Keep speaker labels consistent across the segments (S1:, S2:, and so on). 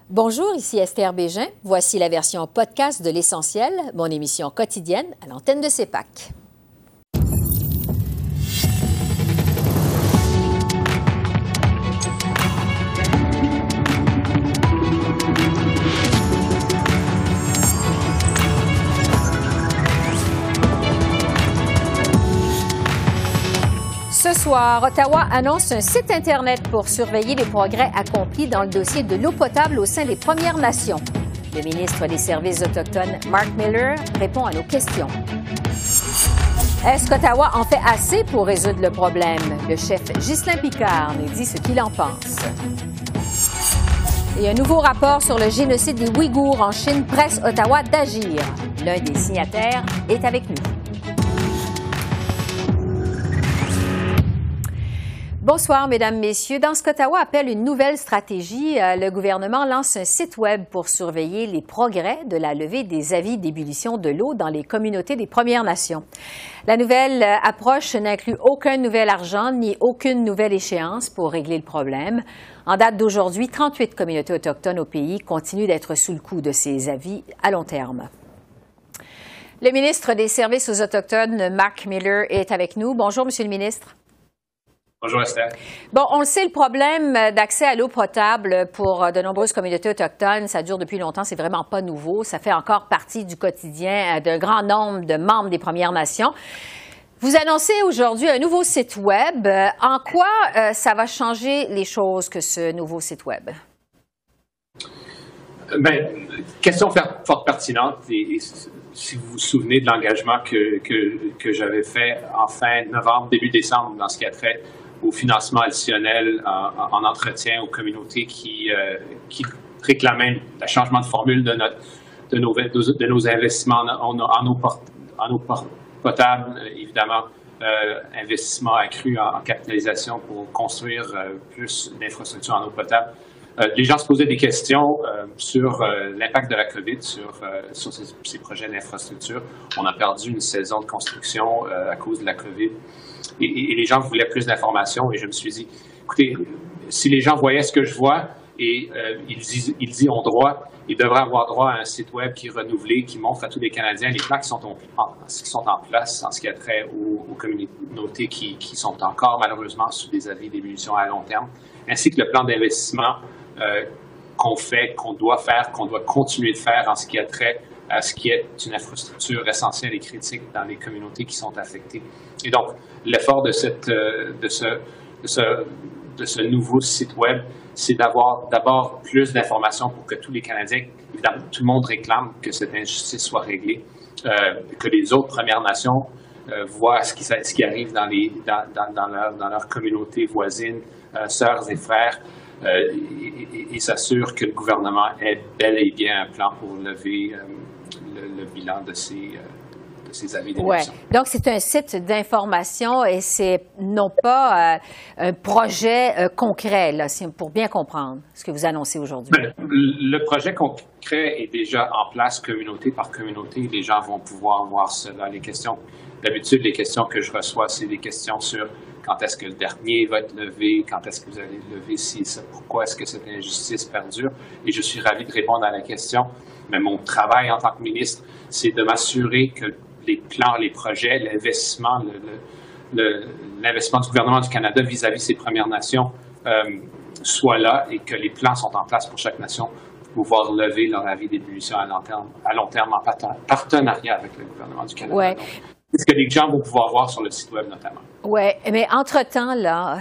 S1: Bonjour, ici Esther Bégin. Voici la version podcast de L'Essentiel, mon émission quotidienne à l'antenne de CEPAC. Ce soir, Ottawa annonce un site Internet pour surveiller les progrès accomplis dans le dossier de l'eau potable au sein des Premières Nations. Le ministre des Services autochtones, Mark Miller, répond à nos questions. Est-ce qu'Ottawa en fait assez pour résoudre le problème? Le chef Ghislain Picard nous dit ce qu'il en pense. Et un nouveau rapport sur le génocide des Ouïghours en Chine presse Ottawa d'agir. L'un des signataires est avec nous. Bonsoir, Mesdames, Messieurs. Dans ce qu'Ottawa appelle une nouvelle stratégie, le gouvernement lance un site Web pour surveiller les progrès de la levée des avis d'ébullition de l'eau dans les communautés des Premières Nations. La nouvelle approche n'inclut aucun nouvel argent ni aucune nouvelle échéance pour régler le problème. En date d'aujourd'hui, 38 communautés autochtones au pays continuent d'être sous le coup de ces avis à long terme. Le ministre des Services aux Autochtones, Mark Miller, est avec nous. Bonjour, Monsieur le ministre.
S2: Bonjour Esther.
S1: Bon, on le sait, le problème d'accès à l'eau potable pour de nombreuses communautés autochtones, ça dure depuis longtemps, c'est vraiment pas nouveau. Ça fait encore partie du quotidien d'un grand nombre de membres des Premières Nations. Vous annoncez aujourd'hui un nouveau site Web. En quoi ça va changer les choses que ce nouveau site Web?
S2: Bien, question fort pertinente. Et si vous vous souvenez de l'engagement que j'avais fait en fin novembre, début décembre, dans ce qui a trait au financement additionnel en entretien aux communautés qui réclamaient un changement de formule de nos investissements en eau potable, évidemment, investissement accru en capitalisation pour construire plus d'infrastructures en eau potable. Les gens se posaient des questions sur l'impact de la COVID sur ces projets d'infrastructure. On a perdu une saison de construction à cause de la COVID et les gens voulaient plus d'informations et je me suis dit, écoutez, si les gens voyaient ce que je vois et ils ont droit, ils devraient avoir droit à un site Web qui est renouvelé, qui montre à tous les Canadiens les plans qui sont en place en ce qui a trait aux communautés qui sont encore malheureusement sous des avis d'ébullition à long terme, ainsi que le plan d'investissement qu'on doit faire, qu'on doit continuer de faire en ce qui a trait à ce qui est une infrastructure essentielle et critique dans les communautés qui sont affectées. Et donc, l'effort de ce nouveau site Web, c'est d'avoir d'abord plus d'informations pour que tous les Canadiens, évidemment, tout le monde réclame que cette injustice soit réglée, que les autres Premières Nations voient ce qui arrive dans leur communauté voisine, sœurs et frères, et s'assure que le gouvernement ait bel et bien un plan pour lever le bilan de ces avis d'élection.
S1: Ouais. Donc, c'est un site d'information et c'est non pas un projet concret, là, pour bien comprendre ce que vous annoncez aujourd'hui.
S2: Bien, le projet concret est déjà en place communauté par communauté. Les gens vont pouvoir voir cela. D'habitude, les questions que je reçois, c'est des questions sur quand est-ce que le dernier va être levé, quand est-ce que vous allez le lever, pourquoi est-ce que cette injustice perdure. Et je suis ravi de répondre à la question. Mais mon travail en tant que ministre, c'est de m'assurer que les plans, les projets, l'investissement, l'investissement du gouvernement du Canada vis-à-vis ses Premières Nations soit là et que les plans sont en place pour chaque nation pour pouvoir lever leur avis d'ébullition à long terme en partenariat avec le gouvernement du Canada.
S1: Ouais.
S2: C'est ce que les gens vont pouvoir voir sur le site Web notamment.
S1: Oui, mais entre-temps, là,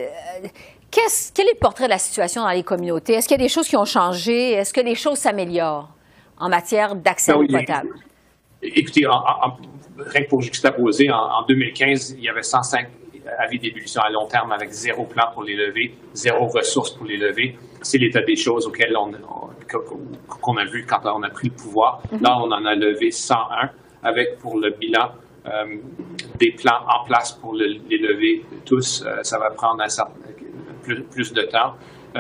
S1: quel est le portrait de la situation dans les communautés? Est-ce qu'il y a des choses qui ont changé? Est-ce que les choses s'améliorent en matière d'accès à l'eau potable?
S2: Écoutez, rien que pour juxtaposer, en 2015, il y avait 105 avis d'ébullition à long terme avec zéro plan pour les lever, zéro ressources pour les lever. C'est l'état des choses auquel qu'on a vu quand on a pris le pouvoir. Mm-hmm. Là, on en a levé 101 avec pour le bilan des plans en place pour les lever tous. Ça va prendre plus de temps.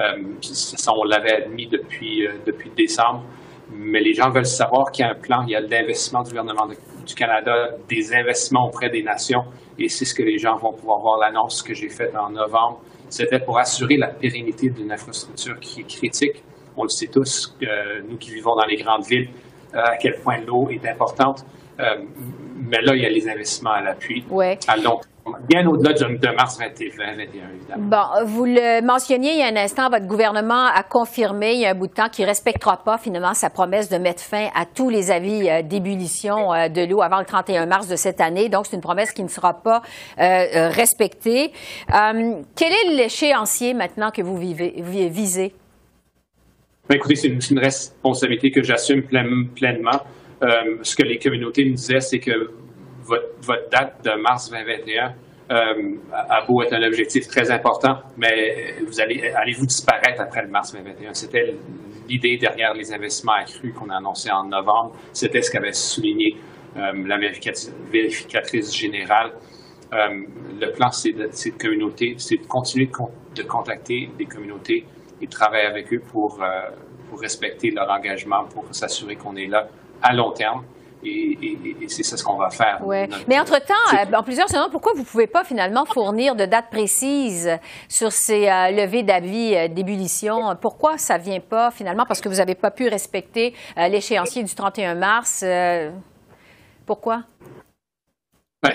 S2: On l'avait admis depuis décembre. Mais les gens veulent savoir qu'il y a un plan, il y a de l'investissement du gouvernement du Canada, des investissements auprès des nations, et c'est ce que les gens vont pouvoir voir. L'annonce que j'ai faite en novembre, c'était pour assurer la pérennité d'une infrastructure qui est critique. On le sait tous, nous qui vivons dans les grandes villes, à quel point l'eau est importante. Mais là, il y a les investissements à l'appui.
S1: Ouais.
S2: À long terme, bien au-delà de mars 2021, évidemment.
S1: Bon, vous le mentionniez il y a un instant, votre gouvernement a confirmé il y a un bout de temps qu'il ne respectera pas finalement sa promesse de mettre fin à tous les avis d'ébullition de l'eau avant le 31 mars de cette année. Donc, c'est une promesse qui ne sera pas respectée. Quel est l'échéancier maintenant que vous visez?
S2: Bien, écoutez, c'est une responsabilité que j'assume pleinement. Ce que les communautés me disaient, c'est que votre date de mars 2021 a beau être un objectif très important, mais allez-vous disparaître après le mars 2021? C'était l'idée derrière les investissements accrus qu'on a annoncés en novembre. C'était ce qu'avait souligné la vérificatrice générale. Le plan, c'est de continuer de contacter des communautés et de travailler avec eux pour respecter leur engagement, pour s'assurer qu'on est là à long terme. Et c'est ça ce qu'on va faire.
S1: Ouais. Mais entre-temps, en plusieurs semaines, pourquoi vous ne pouvez pas finalement fournir de dates précises sur ces levées d'avis d'ébullition? Pourquoi ça ne vient pas finalement? Parce que vous n'avez pas pu respecter l'échéancier du 31 mars. Pourquoi?
S2: Ben,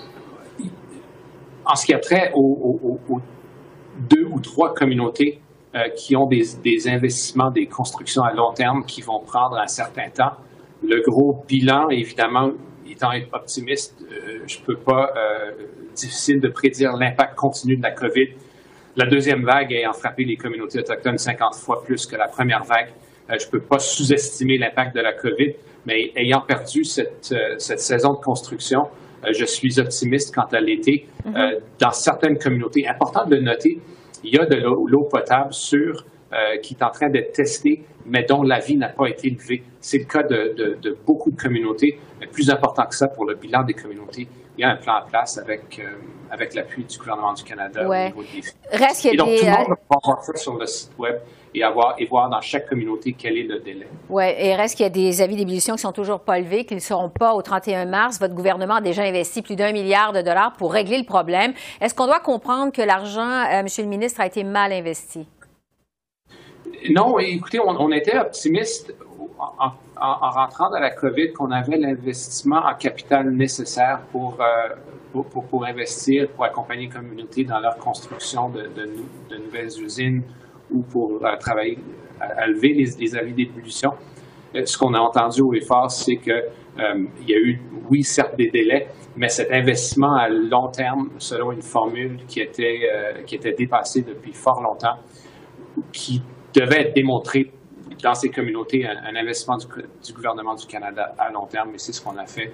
S2: en ce qui a trait aux 2 ou 3 communautés qui ont des investissements, des constructions à long terme qui vont prendre un certain temps, le gros bilan, évidemment, étant optimiste, je ne peux pas, difficile de prédire l'impact continu de la COVID. La deuxième vague ayant frappé les communautés autochtones 50 fois plus que la première vague, je ne peux pas sous-estimer l'impact de la COVID, mais ayant perdu cette saison de construction, je suis optimiste quant à l'été. Dans certaines communautés, important de le noter, il y a de l'eau potable sûre qui est en train d'être testée, mais dont l'avis n'a pas été levé. C'est le cas de beaucoup de communautés. Mais plus important que ça, pour le bilan des communautés, il y a un plan en place avec l'appui du gouvernement du Canada au niveau des défis. Et donc, tout le monde va pouvoir voir ça sur le site Web et voir dans chaque communauté quel est le délai.
S1: Oui, et reste qu'il y a des avis d'ébullition qui ne sont toujours pas levés, qu'ils ne seront pas au 31 mars. Votre gouvernement a déjà investi plus d'1 milliard de dollars pour régler le problème. Est-ce qu'on doit comprendre que l'argent, Monsieur le ministre, a été mal investi?
S2: Non, écoutez, on était optimiste en rentrant dans la COVID qu'on avait l'investissement en capital nécessaire pour investir, pour accompagner les communautés dans leur construction de nouvelles usines ou pour travailler à lever les avis d'ébullition. Ce qu'on a entendu au effort, c'est qu'il y a eu, oui, certes des délais, mais cet investissement à long terme, selon une formule qui était dépassée depuis fort longtemps, qui devait être démontré dans ces communautés, un investissement du gouvernement du Canada à long terme, et c'est ce qu'on a fait.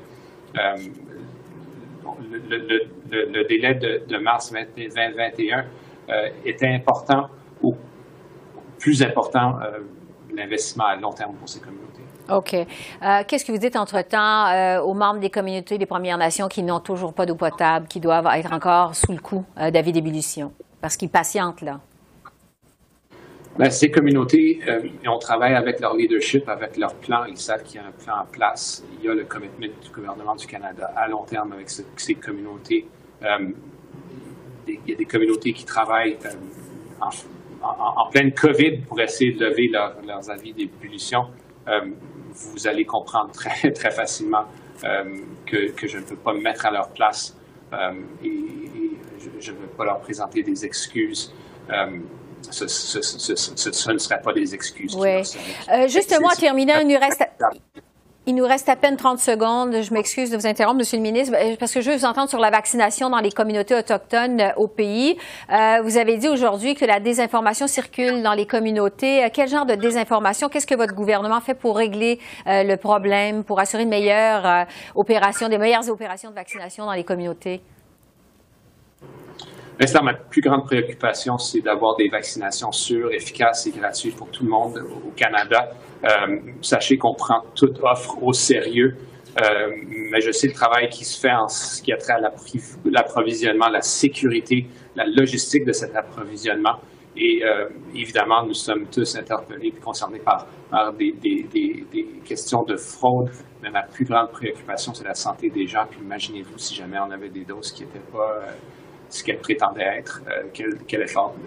S2: Le délai de mars 2021 était important, ou plus important, l'investissement à long terme pour ces communautés.
S1: OK. Qu'est-ce que vous dites entre-temps aux membres des communautés des Premières Nations qui n'ont toujours pas d'eau potable, qui doivent être encore sous le coup d'avis d'ébullition, parce qu'ils patientent là?
S2: Bien, ces communautés, on travaille avec leur leadership, avec leur plan. Ils savent qu'il y a un plan en place. Il y a le commitment du gouvernement du Canada à long terme avec ces communautés. Il y a des communautés qui travaillent en pleine COVID pour essayer de lever leurs avis d'ébullition. Vous allez comprendre très, très facilement que je ne peux pas me mettre à leur place et je ne veux pas leur présenter des excuses. Ce ne serait pas des excuses.
S1: Oui. Justement, en terminant, il nous reste à peine 30 secondes. Je m'excuse de vous interrompre, Monsieur le ministre, parce que je veux vous entendre sur la vaccination dans les communautés autochtones au pays. Vous avez dit aujourd'hui que la désinformation circule dans les communautés. Quel genre de désinformation? Qu'est-ce que votre gouvernement fait pour régler le problème, pour assurer une meilleure des meilleures opérations de vaccination dans les communautés?
S2: L'instant, ma plus grande préoccupation, c'est d'avoir des vaccinations sûres, efficaces et gratuites pour tout le monde au Canada. Sachez qu'on prend toute offre au sérieux, mais je sais le travail qui se fait en ce qui a trait à l'approvisionnement, la sécurité, la logistique de cet approvisionnement. Et évidemment, nous sommes tous interpellés et concernés par des questions de fraude. Mais ma plus grande préoccupation, c'est la santé des gens. Puis imaginez-vous si jamais on avait des doses qui n'étaient pas ce qu'elles prétendaient être, quel effort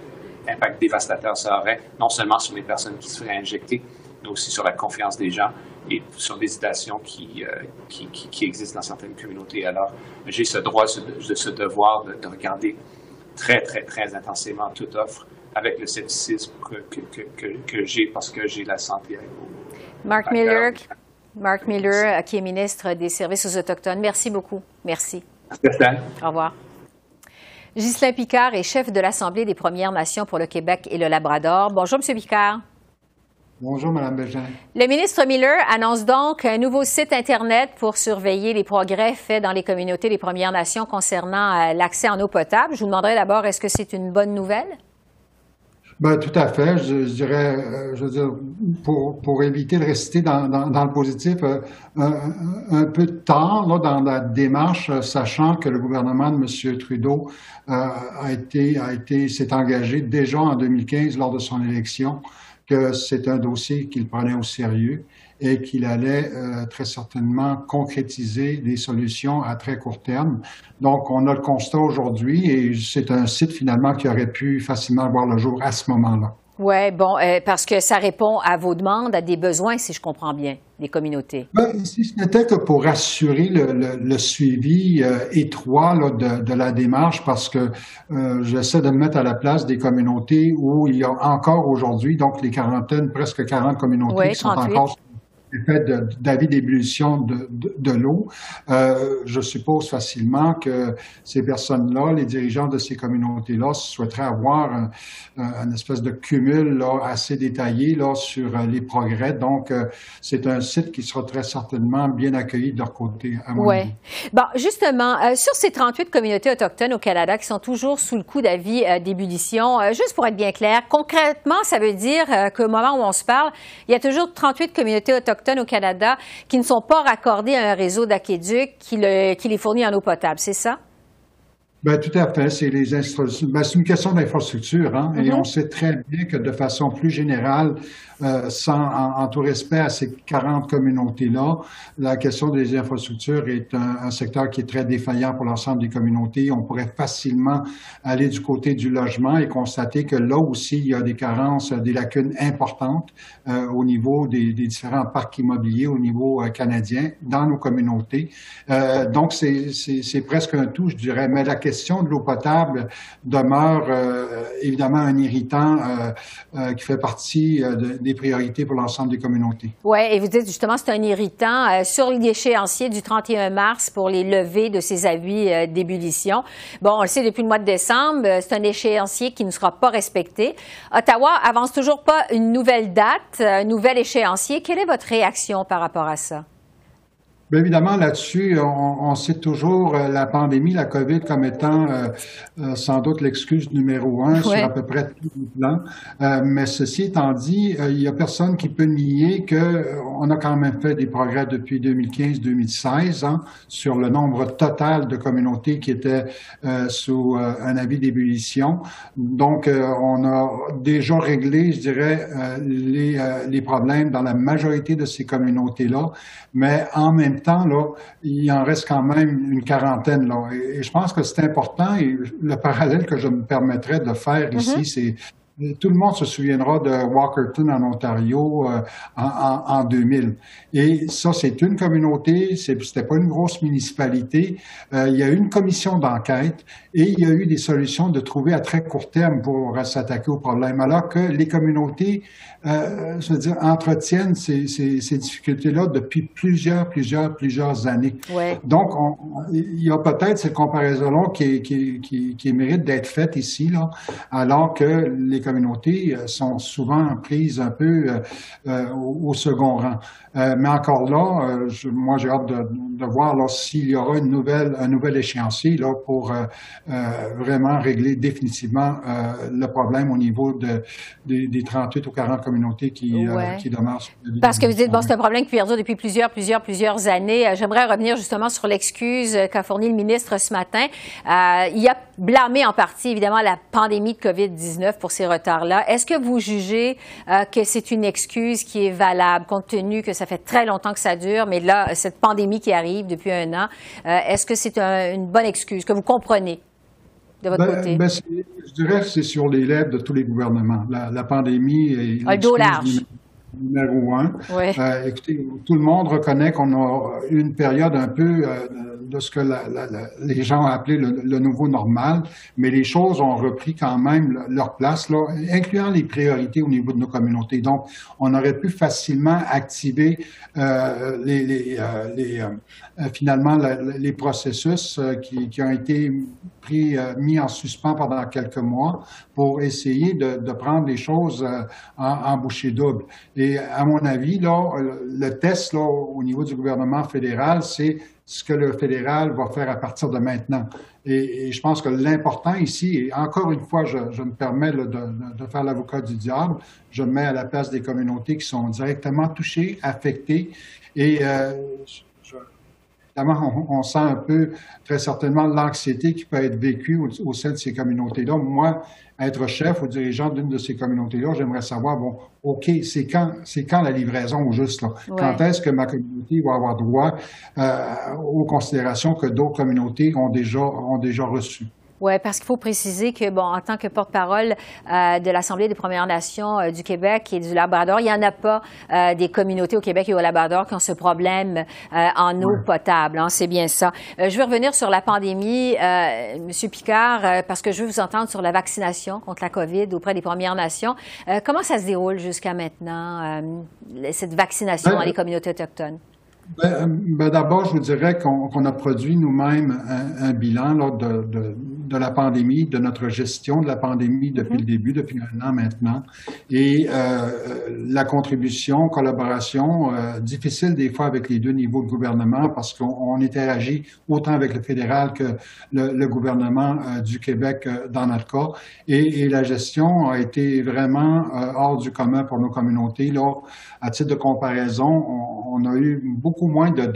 S2: impact dévastateur ça aurait, non seulement sur les personnes qui se feraient injecter, mais aussi sur la confiance des gens et sur l'hésitation qui existe dans certaines communautés. Alors, j'ai ce droit, ce devoir de regarder très, très, très intensément toute offre avec le scepticisme que j'ai parce que j'ai la santé avec vous.
S1: Mark Miller, qui est ministre des Services aux Autochtones. Merci beaucoup. Merci.
S2: Merci.
S1: Au revoir. Ghislain Picard est chef de l'Assemblée des Premières Nations pour le Québec et le Labrador. Bonjour, M. Picard.
S3: Bonjour, Mme Bégin.
S1: Le ministre Miller annonce donc un nouveau site Internet pour surveiller les progrès faits dans les communautés des Premières Nations concernant l'accès en eau potable. Je vous demanderai d'abord, est-ce que c'est une bonne nouvelle?
S3: Bien, tout à fait. Je dirais, pour éviter de rester dans le positif, un peu de temps là, dans la démarche, sachant que le gouvernement de M. Trudeau s'est engagé déjà en 2015 lors de son élection que c'est un dossier qu'il prenait au sérieux et qu'il allait très certainement concrétiser des solutions à très court terme. Donc, on a le constat aujourd'hui et c'est un site finalement qui aurait pu facilement voir le jour à ce moment-là.
S1: Oui, bon, parce que ça répond à vos demandes, à des besoins, si je comprends bien, des communautés.
S3: Ben, si ce n'était que pour assurer le suivi étroit là, de la démarche, parce que j'essaie de me mettre à la place des communautés où il y a encore aujourd'hui, donc les presque 40 communautés qui sont
S1: 38.
S3: encore fait d'avis d'ébullition de l'eau. Je suppose facilement que ces personnes-là, les dirigeants de ces communautés-là, souhaiteraient avoir une espèce de cumul là, assez détaillé là, sur les progrès. Donc, c'est un site qui sera très certainement bien accueilli de leur côté, à mon avis.
S1: Bon, justement, sur ces 38 communautés autochtones au Canada qui sont toujours sous le coup d'avis d'ébullition, juste pour être bien clair, concrètement, ça veut dire qu'au moment où on se parle, il y a toujours 38 communautés autochtones au Canada qui ne sont pas raccordés à un réseau d'aqueduc qui les fournit en eau potable, c'est ça?
S3: Bien, tout à fait. C'est une question d'infrastructure, hein, et on sait très bien que de façon plus générale, en tout respect à ces 40 communautés-là, la question des infrastructures est un secteur qui est très défaillant pour l'ensemble des communautés. On pourrait facilement aller du côté du logement et constater que là aussi, il y a des carences, des lacunes importantes au niveau des différents parcs immobiliers au niveau canadien dans nos communautés. Donc, c'est presque un tout, je dirais. Mais la question de l'eau potable demeure évidemment un irritant qui fait partie des priorités pour l'ensemble des communautés.
S1: Oui, et vous dites justement c'est un irritant sur l'échéancier du 31 mars pour les levées de ces avis d'ébullition. Bon, on le sait depuis le mois de décembre, c'est un échéancier qui ne sera pas respecté. Ottawa avance toujours pas une nouvelle date, un nouvel échéancier. Quelle est votre réaction par rapport à ça?
S3: Bien évidemment, là-dessus, on cite toujours la pandémie, la COVID, comme étant sans doute l'excuse numéro 1 sur à peu près tous les plans. Mais ceci étant dit, il n'y a personne qui peut nier qu'on a quand même fait des progrès depuis 2015-2016 hein, sur le nombre total de communautés qui étaient sous un avis d'ébullition. Donc, on a déjà réglé, je dirais, les problèmes dans la majorité de ces communautés-là, mais en même temps, là, il en reste quand même une quarantaine. Là. Et je pense que c'est important. Et le parallèle que je me permettrais de faire ici, c'est tout le monde se souviendra de Walkerton en Ontario en 2000. Et ça, c'est une communauté, c'était pas une grosse municipalité. Il y a eu une commission d'enquête et il y a eu des solutions de trouver à très court terme pour s'attaquer au problème. Alors que les communautés, je veux dire, entretiennent ces difficultés-là depuis plusieurs années.
S1: Ouais.
S3: Donc, il y a peut-être cette comparaison-là qui mérite d'être faite ici, là, alors que les communautés sont souvent prises un peu au second rang. Mais encore là, moi j'ai hâte de voir là, s'il y aura un nouvel échéancier là, pour vraiment régler définitivement le problème au niveau des 38 ou 40 communautés qui demeurent.
S1: Parce que vous dites, bon, c'est un problème qui perdure depuis plusieurs années. J'aimerais revenir justement sur l'excuse qu'a fournie le ministre ce matin. Il a blâmé en partie, évidemment, la pandémie de COVID-19 pour ces retards-là. Est-ce que vous jugez que c'est une excuse qui est valable, compte tenu que ça fait très longtemps que ça dure, mais là, cette pandémie qui arrive depuis un an, est-ce que c'est une bonne excuse, que vous comprenez? de votre côté?
S3: Je dirais que c'est sur les lèvres de tous les gouvernements. La pandémie est
S1: le dos large.
S3: Numéro 1.
S1: Oui.
S3: Écoutez, tout le monde reconnaît qu'on a eu une période un peu de ce que les gens ont appelé le nouveau normal, mais les choses ont repris quand même leur place, là, incluant les priorités au niveau de nos communautés. Donc, on aurait pu facilement activer finalement les processus qui ont été mis en suspens pendant quelques mois pour essayer de prendre les choses en bouchée double. Et à mon avis, là, le test là, au niveau du gouvernement fédéral, c'est ce que le fédéral va faire à partir de maintenant. Et je pense que l'important ici, et encore une fois, je me permets là, de faire l'avocat du diable, je me mets à la place des communautés qui sont directement touchées, affectées, et évidemment, on sent un peu, très certainement, l'anxiété qui peut être vécue au sein de ces communautés-là. Moi, être chef ou dirigeant d'une de ces communautés-là, j'aimerais savoir, bon, OK, c'est quand la livraison au juste, là? Ouais. Quand est-ce que ma communauté va avoir droit aux considérations que d'autres communautés ont déjà reçues?
S1: Oui, parce qu'il faut préciser que, bon, en tant que porte-parole de l'Assemblée des Premières Nations du Québec et du Labrador, il n'y en a pas des communautés au Québec et au Labrador qui ont ce problème en eau potable. Hein, c'est bien ça. Je veux revenir sur la pandémie, M. Picard, parce que je veux vous entendre sur la vaccination contre la COVID auprès des Premières Nations. Comment ça se déroule jusqu'à maintenant, cette vaccination dans les communautés autochtones?
S3: D'abord, je vous dirais qu'on a produit nous-mêmes un bilan là, de la pandémie, de notre gestion de la pandémie depuis le début, depuis 1 an maintenant. Et la contribution, collaboration, difficile des fois avec les deux niveaux de gouvernement parce qu'on interagit autant avec le fédéral que le gouvernement du Québec dans notre cas. Et la gestion a été vraiment hors du commun pour nos communautés. Là, à titre de comparaison, on a eu beaucoup moins de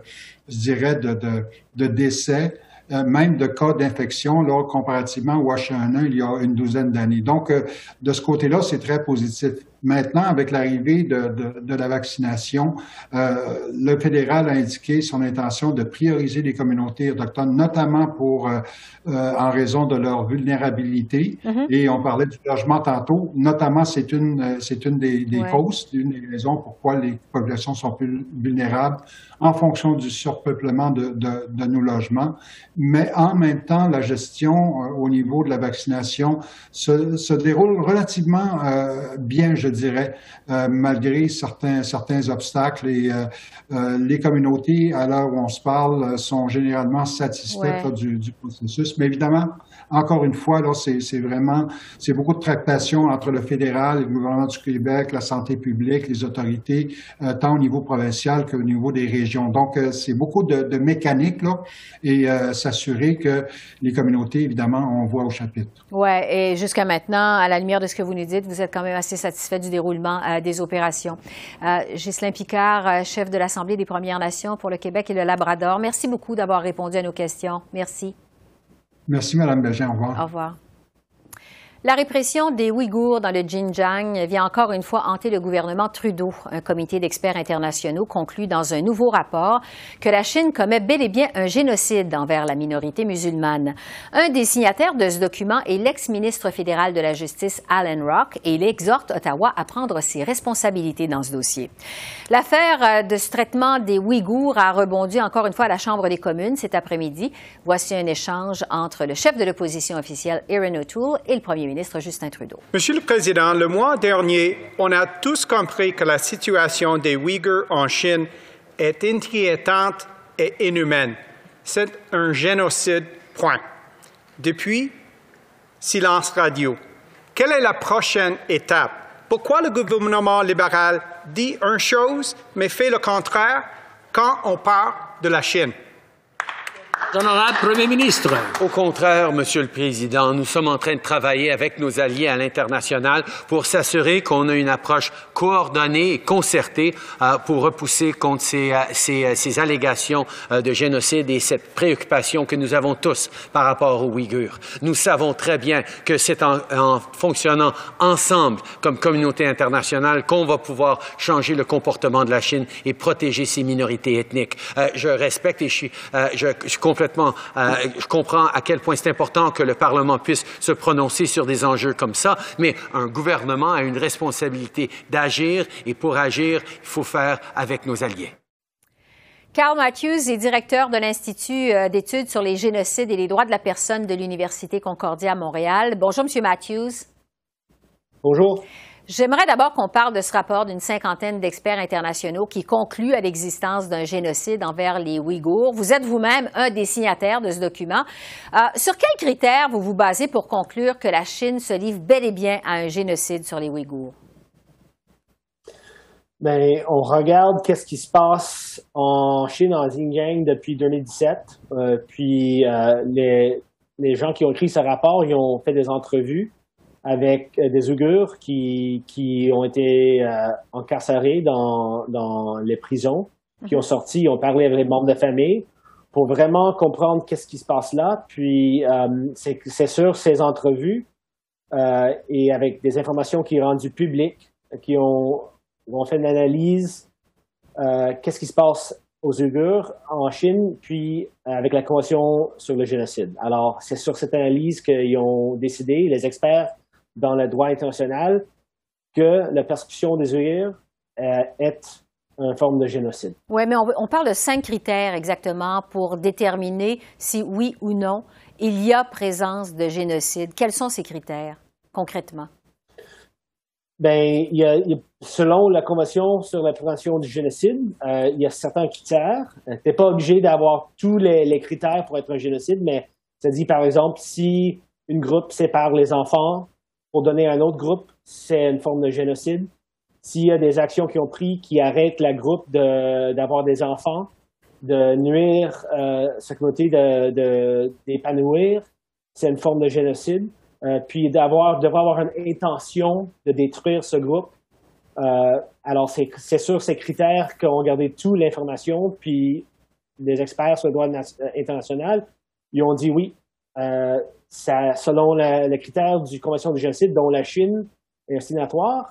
S3: décès, même de cas d'infection, là, comparativement au H1N1 il y a une douzaine d'années. Donc, de ce côté-là, c'est très positif. Maintenant, avec l'arrivée de la vaccination, le fédéral a indiqué son intention de prioriser les communautés autochtones, notamment en raison de leur vulnérabilité. Et on parlait du logement tantôt. Notamment, c'est une des causes, une des raisons pourquoi les populations sont plus vulnérables en fonction du surpeuplement de nos logements. Mais en même temps, la gestion au niveau de la vaccination se déroule relativement bien, je dirais, malgré certains obstacles. Et les communautés, à l'heure où on se parle, sont généralement satisfaites là, du processus. Mais évidemment, encore une fois, là, c'est beaucoup de tractations entre le fédéral, le gouvernement du Québec, la santé publique, les autorités, tant au niveau provincial qu'au niveau des régions. Donc, c'est beaucoup de mécanique, là, et s'assurer que les communautés, évidemment, ont voix au chapitre.
S1: Oui, et jusqu'à maintenant, à la lumière de ce que vous nous dites, vous êtes quand même assez satisfait du déroulement des opérations. Ghislain Picard, chef de l'Assemblée des Premières Nations pour le Québec et le Labrador, merci beaucoup d'avoir répondu à nos questions. Merci.
S3: Merci, Mme Bégin. Au revoir.
S1: Au revoir. La répression des Ouïghours dans le Xinjiang vient encore une fois hanter le gouvernement Trudeau. Un comité d'experts internationaux conclut dans un nouveau rapport que la Chine commet bel et bien un génocide envers la minorité musulmane. Un des signataires de ce document est l'ex-ministre fédéral de la Justice, Alan Rock, et il exhorte Ottawa à prendre ses responsabilités dans ce dossier. L'affaire de ce traitement des Ouïghours a rebondi encore une fois à la Chambre des communes cet après-midi. Voici un échange entre le chef de l'opposition officielle, Erin O'Toole, et le premier ministre Justin Trudeau.
S4: Monsieur le Président, le mois dernier, on a tous compris que la situation des Ouïghours en Chine est inquiétante et inhumaine. C'est un génocide, point. Depuis, silence radio. Quelle est la prochaine étape? Pourquoi le gouvernement libéral dit une chose mais fait le contraire quand on parle de la Chine?
S5: Honorable Premier ministre.
S6: Au contraire, Monsieur le Président, nous sommes en train de travailler avec nos alliés à l'international pour s'assurer qu'on a une approche coordonnée et concertée pour repousser contre ces allégations de génocide et cette préoccupation que nous avons tous par rapport aux Ouïghours. Nous savons très bien que c'est en fonctionnant ensemble comme communauté internationale qu'on va pouvoir changer le comportement de la Chine et protéger ses minorités ethniques. Je respecte et je comprends complètement, je comprends à quel point c'est important que le Parlement puisse se prononcer sur des enjeux comme ça, mais un gouvernement a une responsabilité d'agir et pour agir, il faut faire avec nos alliés.
S1: Carl Matthews est directeur de l'Institut d'études sur les génocides et les droits de la personne de l'Université Concordia à Montréal. Bonjour, M. Matthews.
S7: Bonjour.
S1: J'aimerais d'abord qu'on parle de ce rapport d'une cinquantaine d'experts internationaux qui conclut à l'existence d'un génocide envers les Ouïghours. Vous êtes vous-même un des signataires de ce document. Sur quels critères vous vous basez pour conclure que la Chine se livre bel et bien à un génocide sur les Ouïghours?
S7: Bien, on regarde qu'est-ce qui se passe en Chine, en Xinjiang, depuis 2017. Les gens qui ont écrit ce rapport, ils ont fait des entrevues avec des Ouïghours qui ont été incarcérés dans les prisons, qui ont sorti, ils ont parlé avec les membres de famille pour vraiment comprendre qu'est-ce qui se passe là. Puis, c'est sur ces entrevues et avec des informations qui sont rendues publiques, qui ont fait une analyse qu'est-ce qui se passe aux Ouïghours en Chine, puis avec la Convention sur le génocide. Alors, c'est sur cette analyse qu'ils ont décidé, les experts dans le droit international, que la persécution des Ouïghours est une forme de génocide.
S1: Oui, mais on parle de 5 critères exactement pour déterminer si oui ou non il y a présence de génocide. Quels sont ces critères, concrètement?
S7: Bien, selon la Convention sur la prévention du génocide, il y a certains critères. Tu n'es pas obligé d'avoir tous les critères pour être un génocide, mais ça dit, par exemple, si une groupe sépare les enfants pour donner à un autre groupe, c'est une forme de génocide. S'il y a des actions qui ont pris qui arrêtent la groupe d'avoir des enfants, de nuire sa communauté d'épanouir, c'est une forme de génocide. Puis devoir avoir une intention de détruire ce groupe. Alors, c'est sur ces critères qu'ont gardé toute l'information, puis les experts sur le droit international, ils ont dit oui, selon les critères du Convention du génocide, dont la Chine est un signatoire,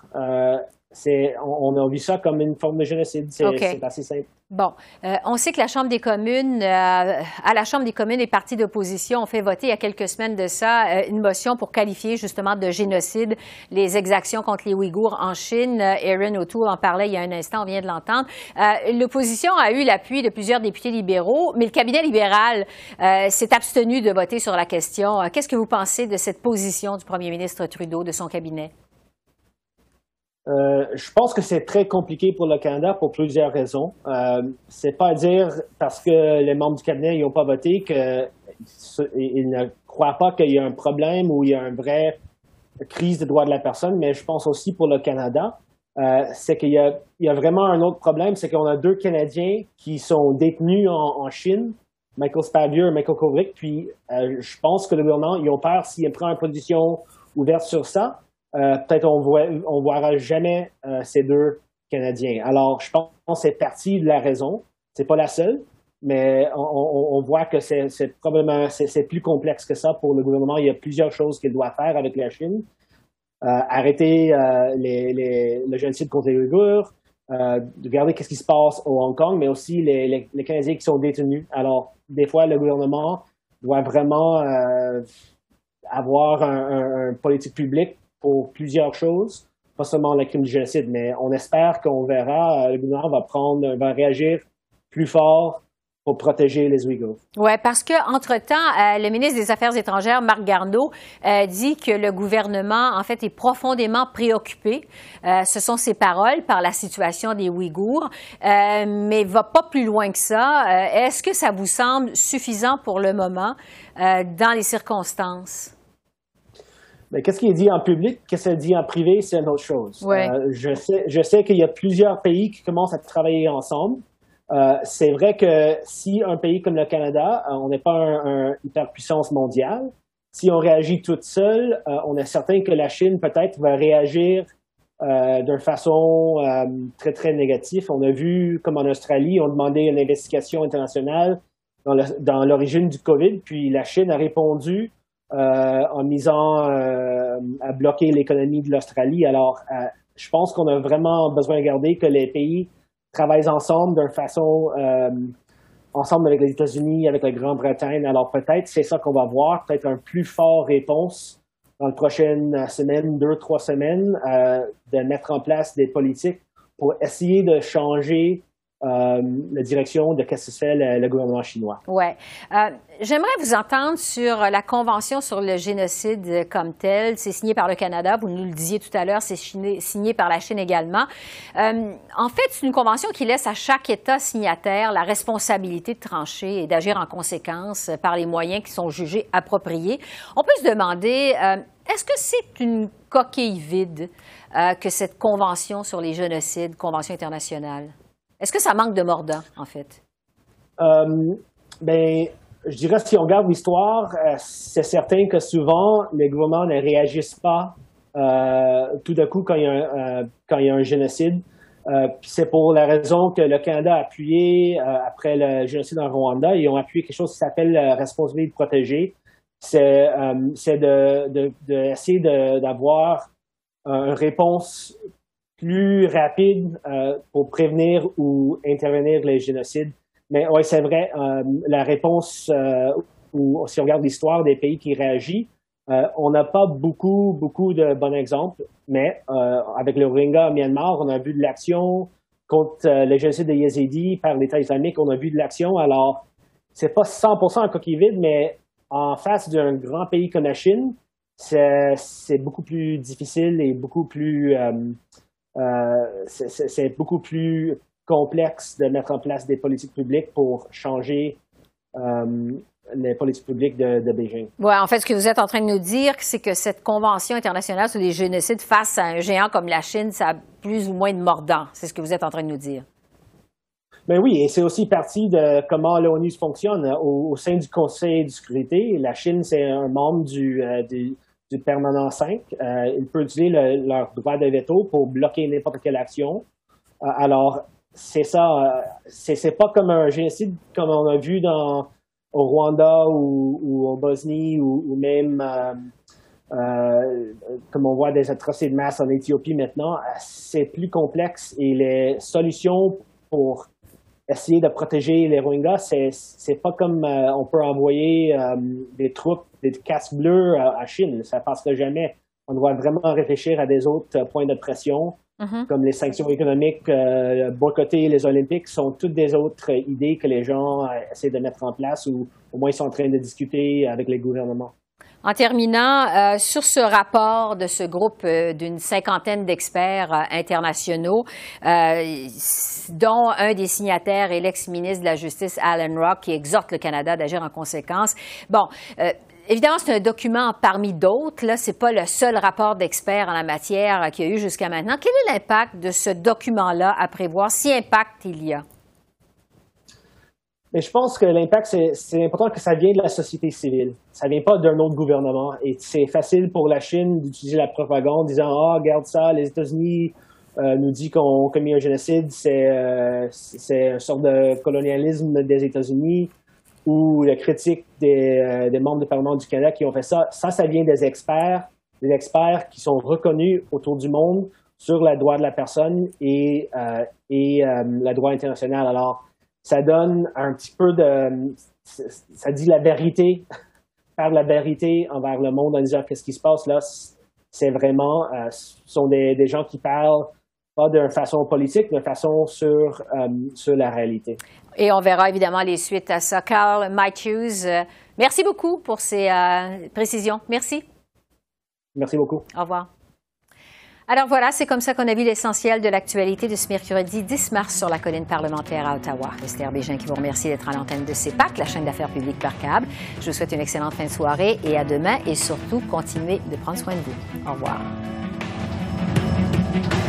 S7: on a vu ça comme une forme de génocide. C'est assez simple.
S1: Bon, on sait que la Chambre des communes, à la Chambre des communes, les partis d'opposition ont fait voter il y a quelques semaines de ça une motion pour qualifier justement de génocide les exactions contre les Ouïghours en Chine. Erin O'Toole en parlait il y a un instant, on vient de l'entendre. L'opposition a eu l'appui de plusieurs députés libéraux, mais le cabinet libéral s'est abstenu de voter sur la question. Qu'est-ce que vous pensez de cette position du premier ministre Trudeau, de son cabinet?
S7: Je pense que c'est très compliqué pour le Canada pour plusieurs raisons. C'est pas à dire parce que les membres du cabinet n'ont pas voté qu'ils ne croient pas qu'il y a un problème ou il y a une vraie crise des droits de la personne, mais je pense aussi pour le Canada, c'est qu'il y a vraiment un autre problème, c'est qu'on a 2 Canadiens qui sont détenus en Chine, Michael Spavor et Michael Kovrig, puis je pense que le gouvernement, ils ont peur s'il prend une position ouverte sur ça. Peut-être on verra jamais ces 2 Canadiens. Alors, je pense que c'est partie de la raison. C'est pas la seule, mais on voit que c'est probablement c'est plus complexe que ça pour le gouvernement. Il y a plusieurs choses qu'il doit faire avec la Chine. Arrêter le génocide contre les Ouïghours, regarder qu'est-ce qui se passe au Hong Kong, mais aussi les Canadiens qui sont détenus. Alors, des fois, le gouvernement doit vraiment avoir un politique publique pour plusieurs choses, pas seulement le crime du génocide, mais on espère qu'on verra, le gouvernement va réagir plus fort pour protéger les Ouïghours.
S1: Oui, parce qu'entre-temps, le ministre des Affaires étrangères, Marc Garneau, dit que le gouvernement, en fait, est profondément préoccupé, ce sont ses paroles, par la situation des Ouïghours, mais va pas plus loin que ça. Est-ce que ça vous semble suffisant pour le moment dans les circonstances?
S7: Mais qu'est-ce qui est dit en public, qu'est-ce qui est dit en privé, c'est une autre chose.
S1: Ouais.
S7: Je sais qu'il y a plusieurs pays qui commencent à travailler ensemble. C'est vrai que si un pays comme le Canada, on n'est pas une hyperpuissance mondiale, si on réagit toute seule, on est certain que la Chine peut-être va réagir d'une façon très, très négative. On a vu, comme en Australie, on demandait une investigation internationale dans l'origine du COVID, puis la Chine a répondu en misant à bloquer l'économie de l'Australie. Alors, je pense qu'on a vraiment besoin de garder que les pays travaillent ensemble d'une façon ensemble avec les États-Unis, avec la Grande-Bretagne. Alors peut-être c'est ça qu'on va voir, peut-être un plus fort réponse dans les prochaines semaines, 2-3 semaines, de mettre en place des politiques pour essayer de changer la direction de ce que fait le gouvernement chinois.
S1: Oui. J'aimerais vous entendre sur la Convention sur le génocide comme telle. C'est signé par le Canada, vous nous le disiez tout à l'heure, c'est signé par la Chine également. En fait, c'est une convention qui laisse à chaque État signataire la responsabilité de trancher et d'agir en conséquence par les moyens qui sont jugés appropriés. On peut se demander, est-ce que c'est une coquille vide que cette Convention sur les génocides, Convention internationale? Est-ce que ça manque de mordant, en fait?
S7: Je dirais, si on regarde l'histoire, c'est certain que souvent, les gouvernements ne réagissent pas tout d'un coup quand il y a un génocide. C'est pour la raison que le Canada a appuyé, après le génocide en Rwanda, ils ont appuyé quelque chose qui s'appelle la responsabilité de protéger. C'est d'essayer d'avoir une réponse plus rapide pour prévenir ou intervenir les génocides. Mais oui, c'est vrai, la réponse, ou si on regarde l'histoire des pays qui réagissent, on n'a pas beaucoup de bons exemples, mais avec le Rohingya au Myanmar, on a vu de l'action contre le génocide des Yézidis par l'État islamique, on a vu de l'action. Alors, c'est pas 100% un coquille vide, mais en face d'un grand pays comme la Chine, c'est beaucoup plus difficile et beaucoup plus... c'est beaucoup plus complexe de mettre en place des politiques publiques pour changer les politiques publiques de Beijing.
S1: Oui, en fait, ce que vous êtes en train de nous dire, c'est que cette Convention internationale sur les génocides face à un géant comme la Chine, ça a plus ou moins de mordant. C'est ce que vous êtes en train de nous dire.
S7: Ben oui, et c'est aussi partie de comment l'ONU fonctionne. Au sein du Conseil de sécurité, la Chine, c'est un membre du permanent 5. Ils peuvent utiliser leur droit de veto pour bloquer n'importe quelle action. Alors, c'est ça. C'est pas comme un génocide comme on a vu au Rwanda ou en Bosnie ou même comme on voit des atrocités de masse en Éthiopie maintenant. C'est plus complexe et les solutions pour essayer de protéger les Rohingyas, c'est pas comme on peut envoyer des troupes, des casques bleus à Chine. Ça passera jamais. On doit vraiment réfléchir à des autres points de pression, comme les sanctions économiques, boycotter les Olympiques, sont toutes des autres idées que les gens essaient de mettre en place ou au moins ils sont en train de discuter avec les gouvernements.
S1: En terminant, sur ce rapport de ce groupe d'une cinquantaine d'experts internationaux, dont un des signataires est l'ex-ministre de la Justice, Alan Rock, qui exhorte le Canada d'agir en conséquence. Bon, évidemment, c'est un document parmi d'autres. Là, c'est pas le seul rapport d'experts en la matière qu'il y a eu jusqu'à maintenant. Quel est l'impact de ce document-là à prévoir, si impact il y a?
S7: Mais je pense que l'impact, c'est important que ça vienne de la société civile. Ça vient pas d'un autre gouvernement. Et c'est facile pour la Chine d'utiliser la propagande en disant « Ah, regarde ça, les États-Unis nous disent qu'on a commis un génocide, c'est une sorte de colonialisme des États-Unis. » Ou la critique des membres du Parlement du Canada qui ont fait ça. Ça vient des experts qui sont reconnus autour du monde sur le droit de la personne et le droit international. Alors, ça donne un petit peu ça dit la vérité, faire la vérité envers le monde en disant qu'est-ce qui se passe là. C'est vraiment, ce sont des gens qui parlent pas d'une façon politique, mais de façon sur la réalité.
S1: Et on verra évidemment les suites à ça. Carl Matthews, merci beaucoup pour ces précisions. Merci.
S7: Merci beaucoup.
S1: Au revoir. Alors voilà, c'est comme ça qu'on a vu l'essentiel de l'actualité de ce mercredi 10 mars sur la colline parlementaire à Ottawa. Esther Bégin qui vous remercie d'être à l'antenne de CEPAC, la chaîne d'affaires publiques par câble. Je vous souhaite une excellente fin de soirée et à demain et surtout, continuez de prendre soin de vous. Au revoir.